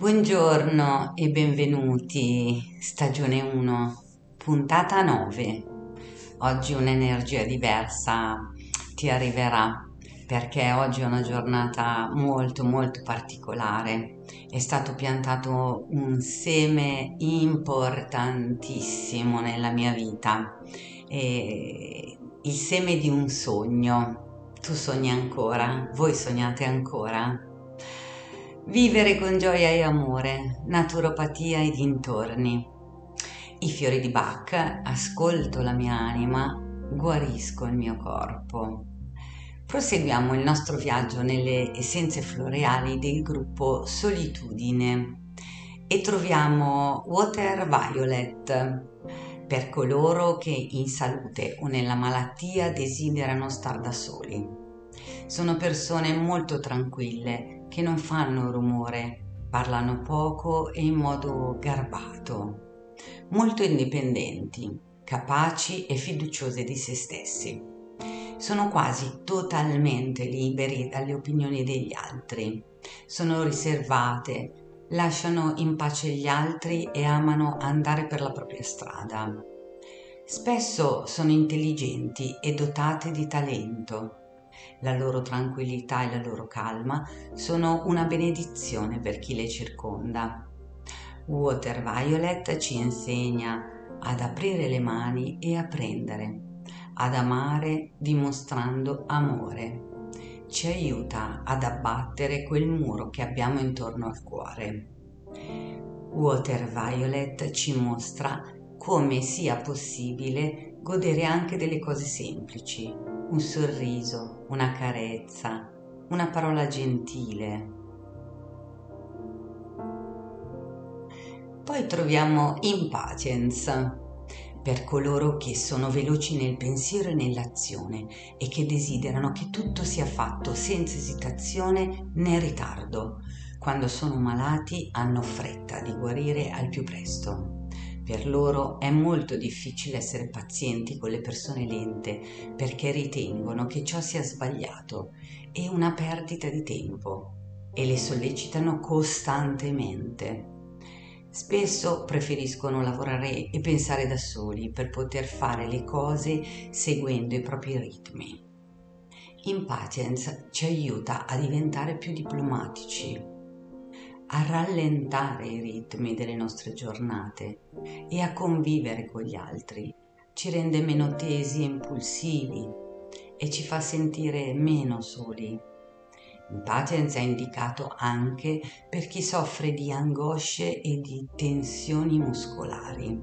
Buongiorno e benvenuti, stagione 1, puntata 9. Oggi un'energia diversa ti arriverà perché oggi è una giornata molto molto particolare. È stato piantato un seme importantissimo nella mia vita, il seme di un sogno. Tu sogni ancora? Voi sognate ancora? Vivere con gioia e amore, naturopatia e dintorni. I fiori di Bach, ascolto la mia anima, guarisco il mio corpo. Proseguiamo il nostro viaggio nelle essenze floreali del gruppo Solitudine e troviamo Water Violet per coloro che in salute o nella malattia desiderano star da soli. Sono persone molto tranquille che non fanno rumore, parlano poco e in modo garbato, molto indipendenti, capaci e fiduciose di se stessi. Sono quasi totalmente liberi dalle opinioni degli altri, sono riservate, lasciano in pace gli altri e amano andare per la propria strada. Spesso sono intelligenti e dotate di talento. La loro tranquillità e la loro calma sono una benedizione per chi le circonda. Water Violet ci insegna ad aprire le mani e a prendere, ad amare dimostrando amore. Ci aiuta ad abbattere quel muro che abbiamo intorno al cuore. Water Violet ci mostra come sia possibile godere anche delle cose semplici, un sorriso, una carezza, una parola gentile. Poi troviamo Impatience per coloro che sono veloci nel pensiero e nell'azione e che desiderano che tutto sia fatto senza esitazione né ritardo. Quando sono malati hanno fretta di guarire al più presto. Per loro è molto difficile essere pazienti con le persone lente perché ritengono che ciò sia sbagliato e una perdita di tempo e le sollecitano costantemente. Spesso preferiscono lavorare e pensare da soli per poter fare le cose seguendo i propri ritmi. Impatience ci aiuta a diventare più diplomatici, a rallentare i ritmi delle nostre giornate e a convivere con gli altri. Ci rende meno tesi e impulsivi e ci fa sentire meno soli. Impatience è indicato anche per chi soffre di angosce e di tensioni muscolari.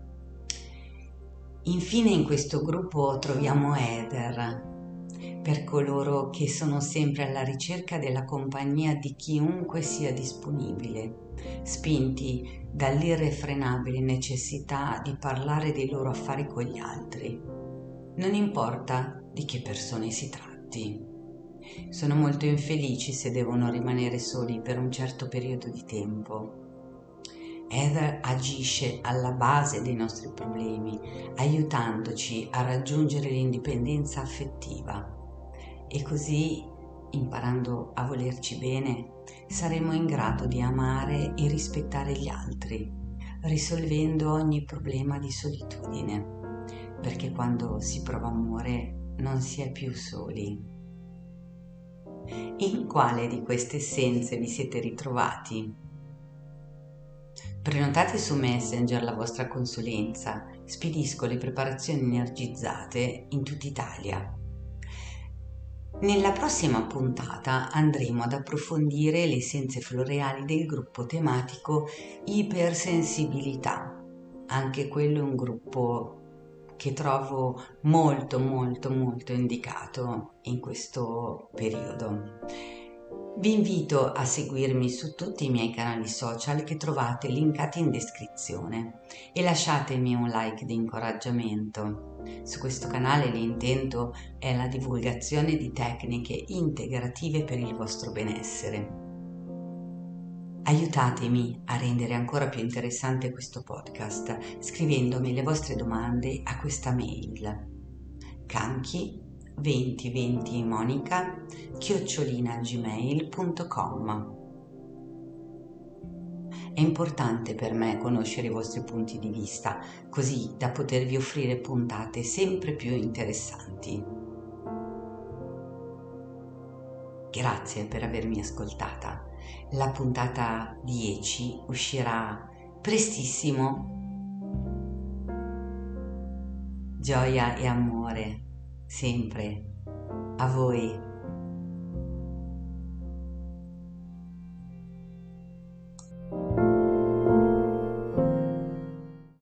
Infine in questo gruppo troviamo Heather, per coloro che sono sempre alla ricerca della compagnia di chiunque sia disponibile, spinti dall'irrefrenabile necessità di parlare dei loro affari con gli altri. Non importa di che persone si tratti. Sono molto infelici se devono rimanere soli per un certo periodo di tempo. Heather agisce alla base dei nostri problemi, aiutandoci a raggiungere l'indipendenza affettiva. E così, imparando a volerci bene, saremo in grado di amare e rispettare gli altri, risolvendo ogni problema di solitudine, perché quando si prova amore non si è più soli. In quale di queste essenze vi siete ritrovati? Prenotate su Messenger la vostra consulenza, spedisco le preparazioni energizzate in tutta Italia. Nella prossima puntata andremo ad approfondire le essenze floreali del gruppo tematico Ipersensibilità. Anche quello è un gruppo che trovo molto molto molto indicato in questo periodo. Vi invito a seguirmi su tutti i miei canali social che trovate linkati in descrizione e lasciatemi un like di incoraggiamento. Su questo canale l'intento è la divulgazione di tecniche integrative per il vostro benessere. Aiutatemi a rendere ancora più interessante questo podcast scrivendomi le vostre domande a questa mail canchi2020monica@gmail.com. È importante per me conoscere i vostri punti di vista, così da potervi offrire puntate sempre più interessanti. Grazie per avermi ascoltata. La puntata 10 uscirà prestissimo. Gioia e amore sempre a voi.